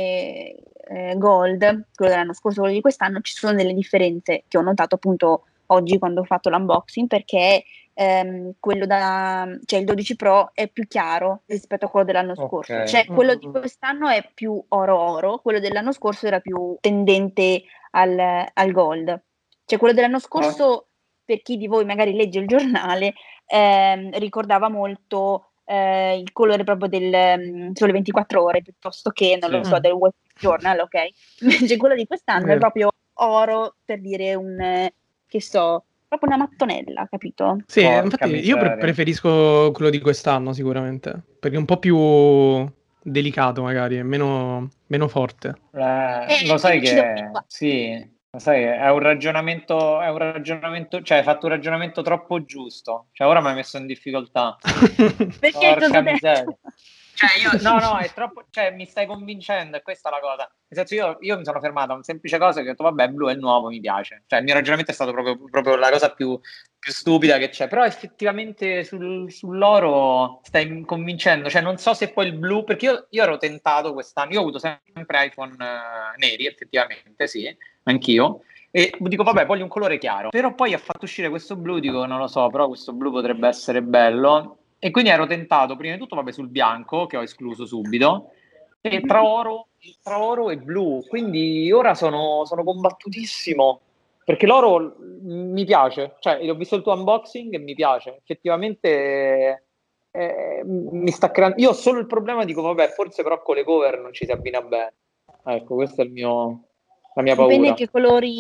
eh, Gold, quello dell'anno scorso e quello di quest'anno, ci sono delle differenze che ho notato appunto oggi quando ho fatto l'unboxing, perché ehm, quello da, cioè il dodici Pro è più chiaro rispetto a quello dell'anno scorso, ok. cioè quello di Mm. quest'anno è più oro oro, quello dell'anno scorso era più tendente al, al gold, cioè quello dell'anno Oh, scorso, per chi di voi magari legge il giornale, ehm, ricordava molto eh, il colore proprio del mm, Sole ventiquattro Ore, piuttosto che, non lo sì. so, Mm. del Wall Street Journal, ok? Invece quello di quest'anno è Vero. proprio oro, per dire un, eh, che so, proprio una mattonella, capito? Sì, Porca infatti io pre- miseria. preferisco quello di quest'anno sicuramente, perché è un po' più delicato magari, è meno, meno forte. Eh, Eh, lo io sai mi ci devo che abituare. sì, lo sai che è un ragionamento, è un ragionamento, cioè hai fatto un ragionamento troppo giusto. Cioè ora mi hai messo in difficoltà. Perché cosa Porca ho miseria. detto? Cioè io, no, no, è troppo, cioè mi stai convincendo, è questa la cosa. Nel senso io, io mi sono fermato a un semplice cosa che ho detto, vabbè, blu è il nuovo, mi piace. Cioè il mio ragionamento è stato proprio, proprio la cosa più, più stupida che c'è. Però effettivamente sul- sull'oro stai convincendo, cioè non so se poi il blu, perché io, io ero tentato quest'anno, io ho avuto sempre iPhone eh, neri, effettivamente, sì, anch'io. E dico, vabbè, voglio un colore chiaro. Però poi ha fatto uscire questo blu, dico, non lo so, però questo blu potrebbe essere bello. E quindi ero tentato, prima di tutto, vabbè, sul bianco, che ho escluso subito, e tra oro, tra oro e blu. Quindi ora sono, sono combattutissimo, perché l'oro mi piace. Cioè, ho visto il tuo unboxing e mi piace. Effettivamente eh, mi sta creando... Io ho solo il problema, dico, vabbè, forse però con le cover non ci si abbina bene. Ecco, questa è il mio, la mia Dipende paura. che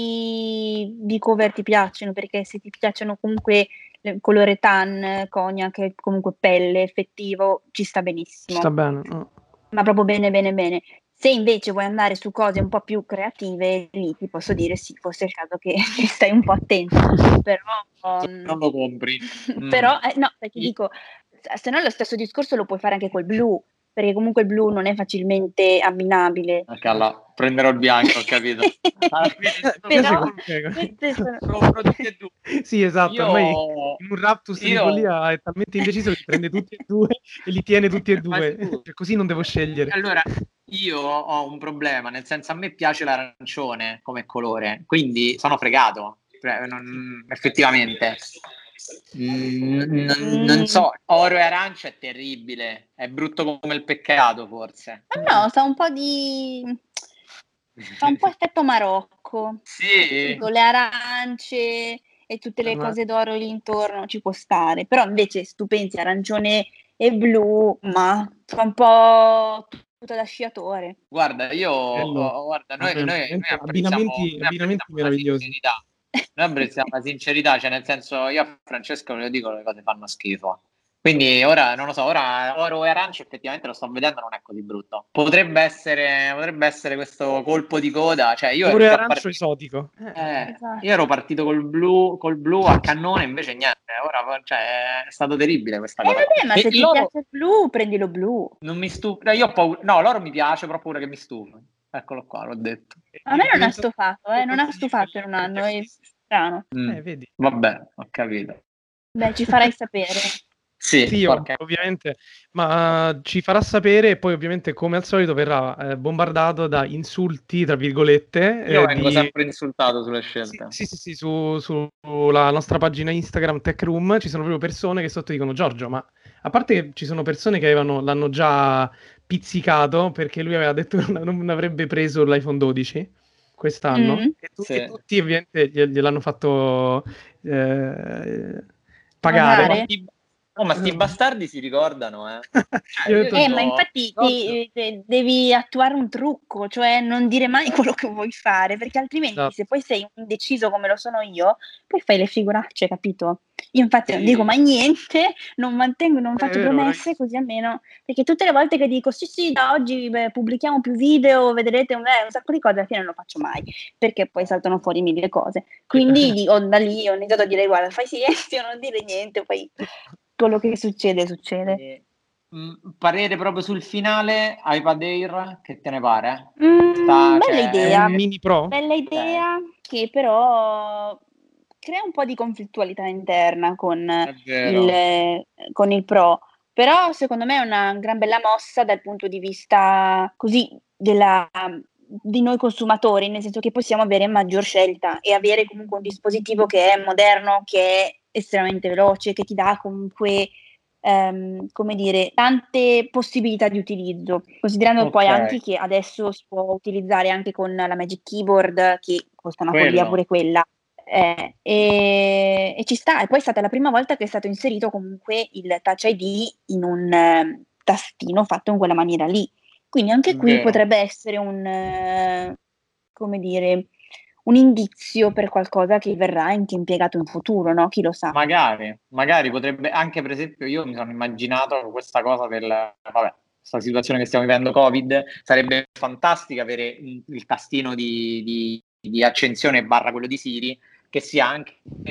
colori di cover ti piacciono, perché se ti piacciono comunque il colore tan, cognac, comunque pelle, effettivo, ci sta benissimo. Sta bene. Mm. Ma proprio bene, bene, bene. Se invece vuoi andare su cose un po' più creative, lì ti posso dire sì, forse è il caso che, che stai un po' attento. Però, Non um, lo compri. Mm. però eh, no, perché I- dico, se no lo stesso discorso lo puoi fare anche col blu, perché comunque il blu non è facilmente abbinabile. Ok, allora, prenderò il bianco, ho capito. Alla fine sono Io Però proprio, secondo me... queste sono... proprio tutti e due. Sì, esatto, ormai Io, in un raptus di io, follia è talmente indeciso che li prende tutti e due e li tiene tutti e ma due. scusa, Cioè, così non devo scegliere. allora, io ho un problema, nel senso a me piace l'arancione come colore, quindi sono fregato, cioè, non- effettivamente. Mm, non, non Mm. so, oro e arancia è terribile, è brutto come il peccato forse. Ma no, sa un po' di... fa un po' effetto Marocco. Sì, Capito? Le arance, e tutte le Ma- cose d'oro lì intorno ci può stare, però invece se tu pensi arancione e blu, ma fa un po' tutto da sciatore. Guarda, io, Bello. oh, guarda, noi, Vabbè, noi, noi veramente apprezziamo, abbinamenti, noi abbinamenti apprezziamo la meravigliosi. sincerità. Noi apprezziamo la sincerità, cioè nel senso, io a Francesco lo dico, le cose fanno schifo. Quindi ora, non lo so, ora oro e arance effettivamente lo sto vedendo, non è così brutto. Potrebbe essere, potrebbe essere questo colpo di coda, cioè io ero Oro e già arancio partito, esotico. Eh, eh, Esatto. io ero partito col blu, col blu a cannone, invece niente, ora cioè, è stato terribile questa E cosa. vabbè, ma E se ti l'oro piace il blu, prendilo blu. non mi stufa, io ho paura, no, l'oro mi piace, però ho paura che mi stufi. Eccolo qua, l'ho detto. A me è non ha diventato stufato, eh, non ha qualcosa di stufato in un impellente per gli anno, è acquisti. strano. Mm, Eh, vedi. Vabbè, ho capito. Beh, ci farai sapere. Sì, Sì, ov- porca. ovviamente, ma ci farà sapere e poi ovviamente come al solito verrà eh, bombardato da insulti, tra virgolette, Io eh, vengo di... sempre insultato sulle Sì, scelte. sì, sì, sì, su- sulla nostra pagina Instagram Tech Room ci sono proprio persone che sotto dicono Giorgio, ma a parte che ci sono persone che avevano, l'hanno già pizzicato perché lui aveva detto che non, non avrebbe preso l'iPhone dodici quest'anno Mm, e, tu- e Sì. tutti ovviamente glie- gliel'hanno fatto eh, pagare. pagare? sti, oh, ma sti bastardi si ricordano, eh. Cioè, Io ho io detto, Eh, ma dico, infatti Giorgio, ti- te- devi attuare un trucco, cioè non dire mai quello che vuoi fare, perché altrimenti esatto. se poi sei indeciso come lo sono io, poi fai le figuracce, capito? Io infatti non dico sì, mai niente, non mantengo, non È faccio vero, promesse, bravissimo. così almeno, perché tutte le volte che dico sì sì, da oggi beh, pubblichiamo più video, vedrete un, eh, un sacco di cose, alla fine non lo faccio mai, perché poi saltano fuori mille cose. Quindi di- ho- da lì ho iniziato a dire guarda, fai silenzio, non dire niente, poi quello che succede, succede. E, mm, parere proprio sul finale, iPad Air, che te ne pare? Mm, Sta, bella cioè, è È un idea, un... mini pro? bella Ok, idea che però crea un po' di conflittualità interna con è il, vero. con il Pro, però secondo me è una gran bella mossa dal punto di vista così della, di noi consumatori, nel senso che possiamo avere maggior scelta e avere comunque un dispositivo che è moderno, che è estremamente veloce, che ti dà comunque ehm, come dire, tante possibilità di utilizzo, considerando poi Ok, anche che adesso si può utilizzare anche con la Magic Keyboard, che costa una follia quello. pure quella. Eh, e, e ci sta, e poi è stata la prima volta che è stato inserito comunque il Touch I D in un eh, tastino fatto in quella maniera lì. Quindi anche qui Vero. potrebbe essere un, eh, come dire, un indizio per qualcosa che verrà anche impiegato in futuro, no? Chi lo sa. Magari, magari potrebbe anche, per esempio, io mi sono immaginato questa cosa del, vabbè, questa situazione che stiamo vivendo Covid, sarebbe fantastica avere il, il tastino di, di, di accensione barra quello di Siri che sia anche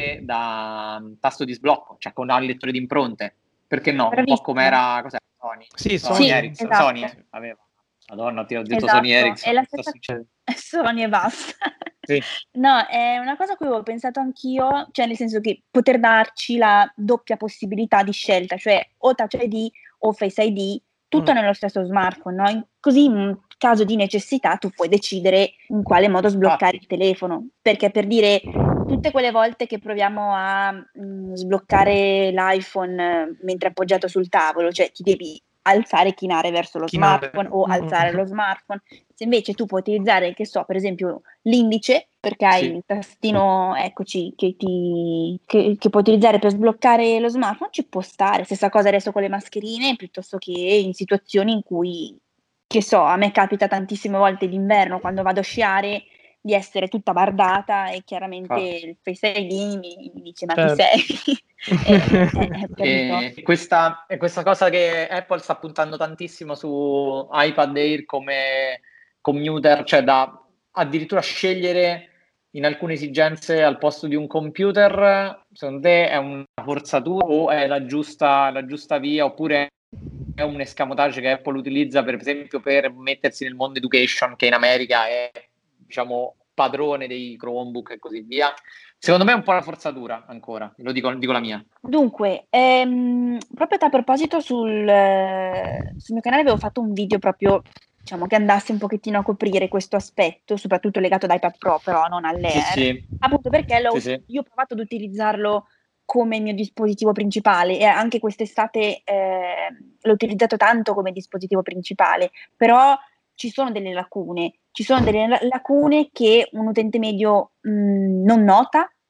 da um, tasto di sblocco, cioè con il lettore di impronte. Perché no? Un po' come Bravissimo. era, cos'è? Sony, Sì, Sony Sì, Sony. Ericsson, Sony esatto, aveva. Madonna, ti ho detto Sony esatto. Ericsson, È la che sta stessa succedendo? Sony e basta. Sì. No, è una cosa a cui avevo pensato anch'io, cioè nel senso che poter darci la doppia possibilità di scelta, cioè o Touch I D o Face I D, tutto Mm. nello stesso smartphone, no? In- Così in caso di necessità tu puoi decidere in quale modo sbloccare Infatti, il telefono, perché per dire tutte quelle volte che proviamo a mh, sbloccare l'iPhone eh, mentre appoggiato sul tavolo, cioè ti devi alzare e chinare verso lo Chinare. smartphone o Mm, mm, alzare mm. lo smartphone. Se invece tu puoi utilizzare, che so, per esempio l'indice, perché hai sì. il tastino, eccoci, che, ti, che, che puoi utilizzare per sbloccare lo smartphone, ci può stare. Stessa cosa adesso con le mascherine, piuttosto che in situazioni in cui, che so, a me capita tantissime volte d'inverno quando vado a sciare di essere tutta bardata e chiaramente Infatti. il Face I D mi, mi dice ma chi Certo. sei? e, e, e, capito? E questa, e questa cosa che Apple sta puntando tantissimo su iPad Air come commuter, cioè da addirittura scegliere in alcune esigenze al posto di un computer, secondo te è una forzatura o è la giusta, la giusta via, oppure è un escamotage che Apple utilizza per esempio per mettersi nel mondo education, che in America è, diciamo, padrone dei Chromebook e così via? Secondo me è un po' una forzatura ancora, lo dico, dico la mia. Dunque, ehm, proprio a proposito sul, eh, sul mio canale avevo fatto un video proprio, diciamo, che andasse un pochettino a coprire questo aspetto, soprattutto legato ad iPad Pro, però non Sì, all'Air, sì, appunto perché l'ho- sì, sì. io ho provato ad utilizzarlo come mio dispositivo principale e anche quest'estate eh, l'ho utilizzato tanto come dispositivo principale, però ci sono delle lacune, ci sono delle la- lacune che un utente medio mh, non nota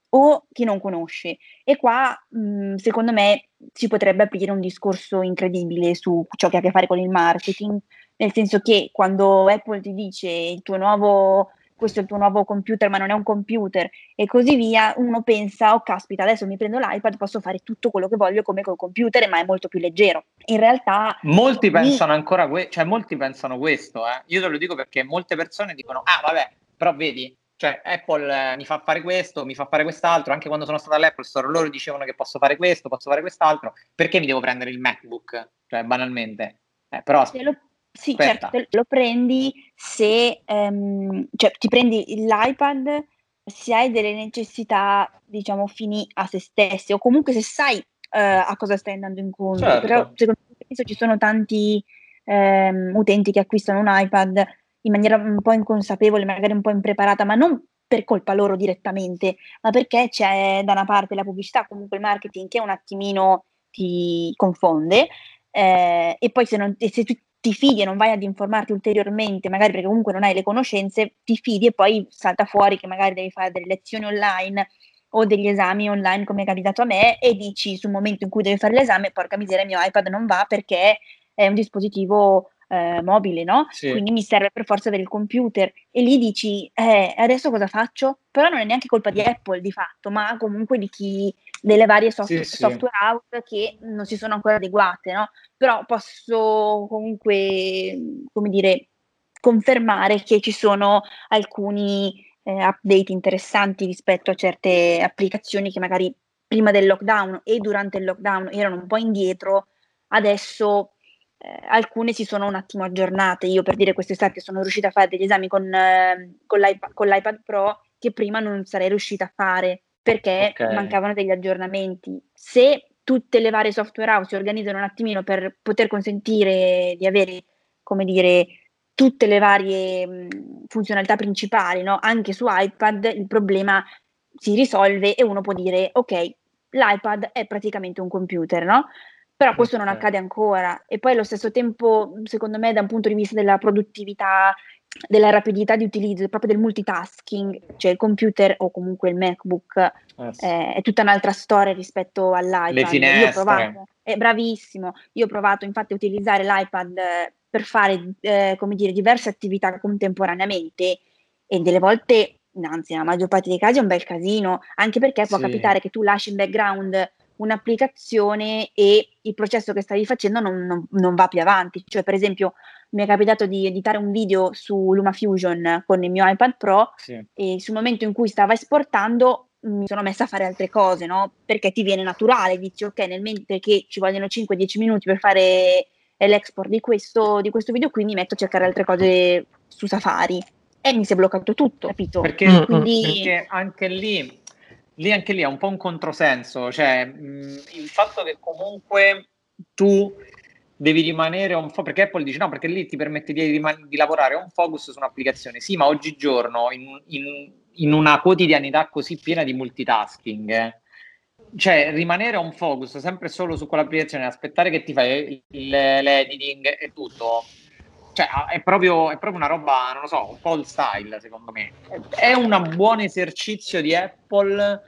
o chi non conosce. E qua, mhmm, secondo me, si potrebbe aprire un discorso incredibile su ciò che ha a che fare con il marketing, nel senso che quando Apple ti dice: "Il tuo nuovo questo è il tuo nuovo computer, ma non è un computer", e così via, uno pensa: "Oh caspita, adesso mi prendo l'iPad, posso fare tutto quello che voglio come col computer, ma è molto più leggero". In realtà Molti lì pensano ancora que cioè molti pensano questo, eh. Io te lo dico perché molte persone dicono: "Ah vabbè, però vedi, cioè Apple eh, mi fa fare questo, mi fa fare quest'altro". Anche quando sono stato all'Apple Store loro dicevano che posso fare questo, posso fare quest'altro, perché mi devo prendere il MacBook? Cioè banalmente. Eh, però te lo sì, certo, aspetta. te lo prendi se ehm, cioè ti prendi l'iPad se hai delle necessità, diciamo, fini a se stesse o comunque se sai, ehm, a cosa stai andando incontro. Però Certo. secondo me penso ci sono tanti, ehm, utenti che acquistano un iPad in maniera un po' inconsapevole, magari un po' impreparata, ma non per colpa loro direttamente, ma perché c'è da una parte la pubblicità, comunque il marketing che un attimino ti confonde. Ehm, e poi se non e se tu ti fidi e non vai ad informarti ulteriormente, magari perché comunque non hai le conoscenze, ti fidi e poi salta fuori che magari devi fare delle lezioni online o degli esami online, come è capitato a me, e dici sul momento in cui devi fare l'esame: "Porca miseria, il mio iPad non va perché è un dispositivo, ehm, mobile, no, Sì. quindi mi serve per forza avere il computer". E lì dici: "Eh, adesso cosa faccio?" Però non è neanche colpa di Mh. Apple di fatto, ma comunque di chi delle varie soft Sì, sì. software house che non si sono ancora adeguate, no, però posso comunque, come dire, confermare che ci sono alcuni, ehm, update interessanti rispetto a certe applicazioni che magari prima del lockdown e durante il lockdown erano un po' indietro, adesso, ehm, alcune si sono un attimo aggiornate. Io per dire quest'estate sono riuscita a fare degli esami con ehm, con l'iPa con l'iPad Pro che prima non sarei riuscita a fare, perché Okay. mancavano degli aggiornamenti. Se tutte le varie software house si organizzano un attimino per poter consentire di avere, come dire, tutte le varie, mhmm, funzionalità principali, no, anche su iPad, il problema si risolve e uno può dire: "Okay, l'iPad è praticamente un computer", no, però questo non Okay. accade ancora. E poi allo stesso tempo, mhmm, secondo me da un punto di vista della produttività, della rapidità di utilizzo, proprio del multitasking, cioè il computer o comunque il MacBook, Eh sì. ehm, è tutta un'altra storia rispetto Le all'iPad. Io ho finestre. provato eh, bravissimo. Io ho provato infatti a utilizzare l'iPad eh, per fare, ehm, come dire, diverse attività contemporaneamente e delle volte, anzi nella maggior parte dei casi è un bel casino, anche perché può Sì. capitare che tu lasci in background un'applicazione e il processo che stavi facendo non non non va più avanti. Cioè, per esempio, mi è capitato di editare un video su LumaFusion con il mio iPad Pro Sì. e sul momento in cui stava esportando mi sono messa a fare altre cose, no, perché ti viene naturale, dici: "Okay, nel mentre che ci vogliono cinque, dieci minuti per fare, ehm, l'export di questo di questo video qui, mi metto a cercare altre cose su Safari". E mi si è bloccato tutto, capito? Perché Mh, mh, mh. Quindi perché anche lì lì anche lì è un po' un controsenso, cioè, mhmm, il fatto che comunque tu devi rimanere un fo perché Apple dice: "No, perché lì ti permette di riman di lavorare on focus su un'applicazione". Sì, ma oggigiorno in in in una quotidianità così piena di multitasking, eh, cioè rimanere on focus sempre e solo su quell'applicazione e aspettare che ti fai il l'editing e tutto, cioè a è proprio è proprio una roba, non lo so, un po' old style secondo me. È è una buon esercizio di Apple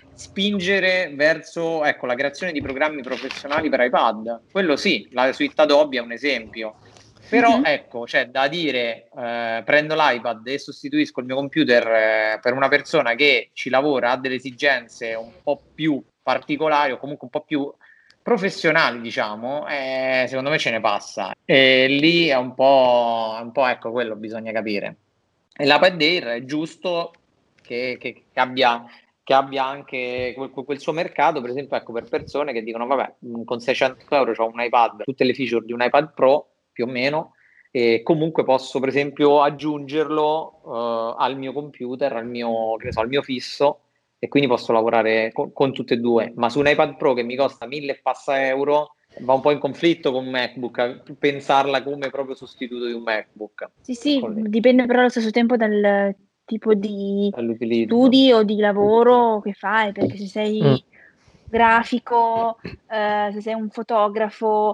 spingere verso, ecco, la creazione di programmi professionali per iPad. Quello sì, la suite Adobe è un esempio. Però mh-mh. ecco, c'è da dire, ehm, prendo l'iPad e sostituisco il mio computer eh, per una persona che ci lavora, ha delle esigenze un po' più particolari o comunque un po' più professionali diciamo, ehm, secondo me ce ne passa. E lì è un po' è un po' ecco quello bisogna capire. E l'iPad Air è giusto che che che abbia che abbia anche quel quel suo mercato, per esempio ecco per persone che dicono: "Vabbè, mhmm, con seicento euro c'ho un iPad, tutte le feature di un iPad Pro più o meno, e comunque posso per esempio aggiungerlo, uhm, al mio computer, al mio che ne so, al mio fisso e quindi posso lavorare co con tutte e due". Ma su un iPad Pro che mi costa mille e passa euro, va un po' in conflitto con un MacBook, pensarla come proprio sostituto di un MacBook. Sì, sì, Ecco lì, dipende però allo stesso tempo dal tipo di dall'utilizzo. studi o di lavoro che fai, perché se Mh. sei grafico, ehm, se sei un fotografo,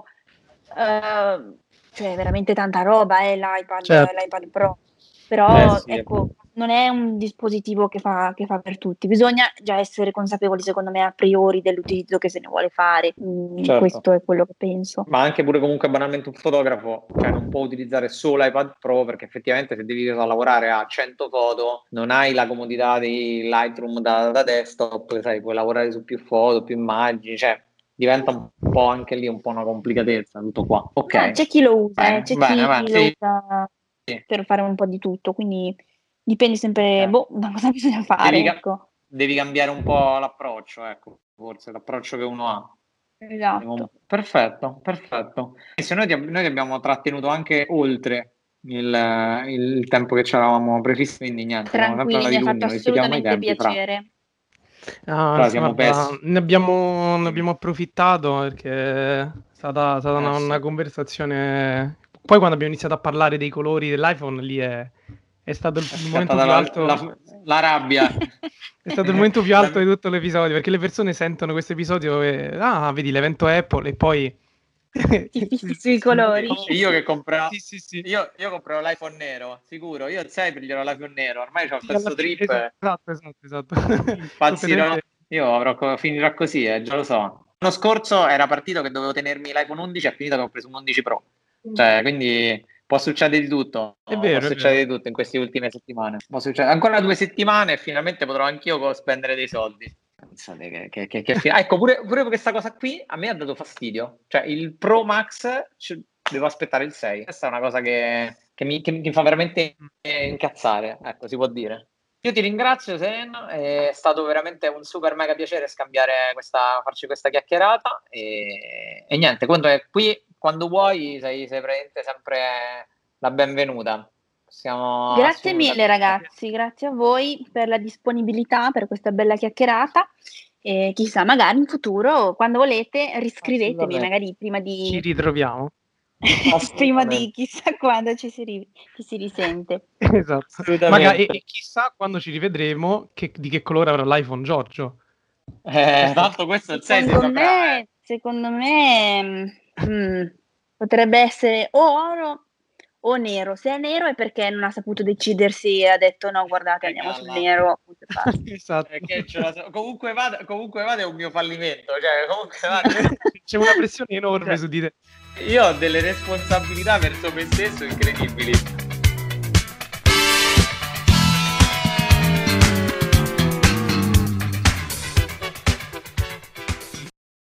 ehm, cioè veramente tanta roba eh, l'iPad Certo. l'iPad Pro. Eh Però sì, è ecco, non è un dispositivo che fa, che fa per tutti, bisogna già essere consapevoli secondo me a priori dell'utilizzo che se ne vuole fare, mm, Certo. questo è quello che penso. Ma anche pure comunque banalmente un fotografo, cioè non può utilizzare solo iPad Pro, perché effettivamente se devi lavorare a cento foto non hai la comodità di Lightroom da, da desktop, sai, puoi lavorare su più foto, più immagini, cioè diventa un po' anche lì un po' una complicatezza tutto qua. Ok. Ah, c'è chi lo usa, Bene, eh, c'è bene, chi bene, lo sì. usa Sì. per fare un po' di tutto, quindi dipende sempre, Eh. boh, da cosa bisogna fare, Devi, ca- ecco. devi cambiare un po' l'approccio, ecco, forse l'approccio che uno ha. Esatto. Perfetto, perfetto. E se noi ti, noi ti abbiamo trattenuto anche oltre il, il tempo che ci eravamo prefissi, quindi niente, siamo sempre Tranquilli, mi andati ha lunghi, fatto non discutiamo i assolutamente tempi, fra. piacere. Ah, Fra, siamo guarda, pessimi. ne abbiamo, ne abbiamo approfittato perché è stata, è stata una, Eh, sì. una conversazione. Poi quando abbiamo iniziato a parlare dei colori dell'iPhone, lì è, è stato il, È il momento scattata più la, alto. la- la rabbia. È stato il momento più alto La- di tutto l'episodio, perché le persone sentono questo episodio e ah, vedi l'evento Apple e poi Ti fissi sui colori. Io che compro, Sì, sì, sì. io, io compro l'iPhone nero, sicuro. Io il sei prenderò l'iPhone nero. Ormai ho Sì, questo alla fine- trip. esatto, esatto, esatto. Impazzirò. Completamente. Io avrò, co- finirò così, eh, già lo so. L'anno scorso era partito che dovevo tenermi l'iPhone undici, è finito che ho preso un undici Pro. Cioè, quindi può succedere di tutto. È Può vero, è succedere vero. di tutto in queste ultime settimane. Può succedere. Ancora due settimane e finalmente potrò anch'io co- spendere dei soldi. Pensate che, che, che, che fi- ah, ecco, pure, pure questa cosa qui a me ha dato fastidio. Cioè, il Pro Max c- devo aspettare il sei. Questa è una cosa che, che mi, che mi fa veramente incazzare, ecco, si può dire. Io ti ringrazio, Sen, è stato veramente un super mega piacere scambiare questa, farci questa chiacchierata e, e niente, quando è qui, quando vuoi, sei, sei praticamente sempre la benvenuta. Possiamo Grazie mille assolutamente. ragazzi, grazie a voi per la disponibilità, per questa bella chiacchierata e chissà, magari in futuro, quando volete, riscrivetemi, Assolutamente. magari prima Ci di... ritroviamo. prima di chissà quando ci si, ri- ci si risente. Esatto. Assolutamente. Magari, e, e chissà quando ci rivedremo che, di che colore avrà l'iPhone Giorgio. Eh, tanto questo il sei si Secondo saprà, eh. me, secondo me mm, potrebbe essere o oro o nero. Se è nero è perché non ha saputo decidersi e ha detto no, guardate, Eh, andiamo sul galla. nero, appunto e basta. Esatto. Eh, che ce la so- Comunque vada, comunque vada è un mio fallimento, cioè comunque vada. C'è una pressione enorme Cioè, su di te. io ho delle responsabilità verso me stesso incredibili.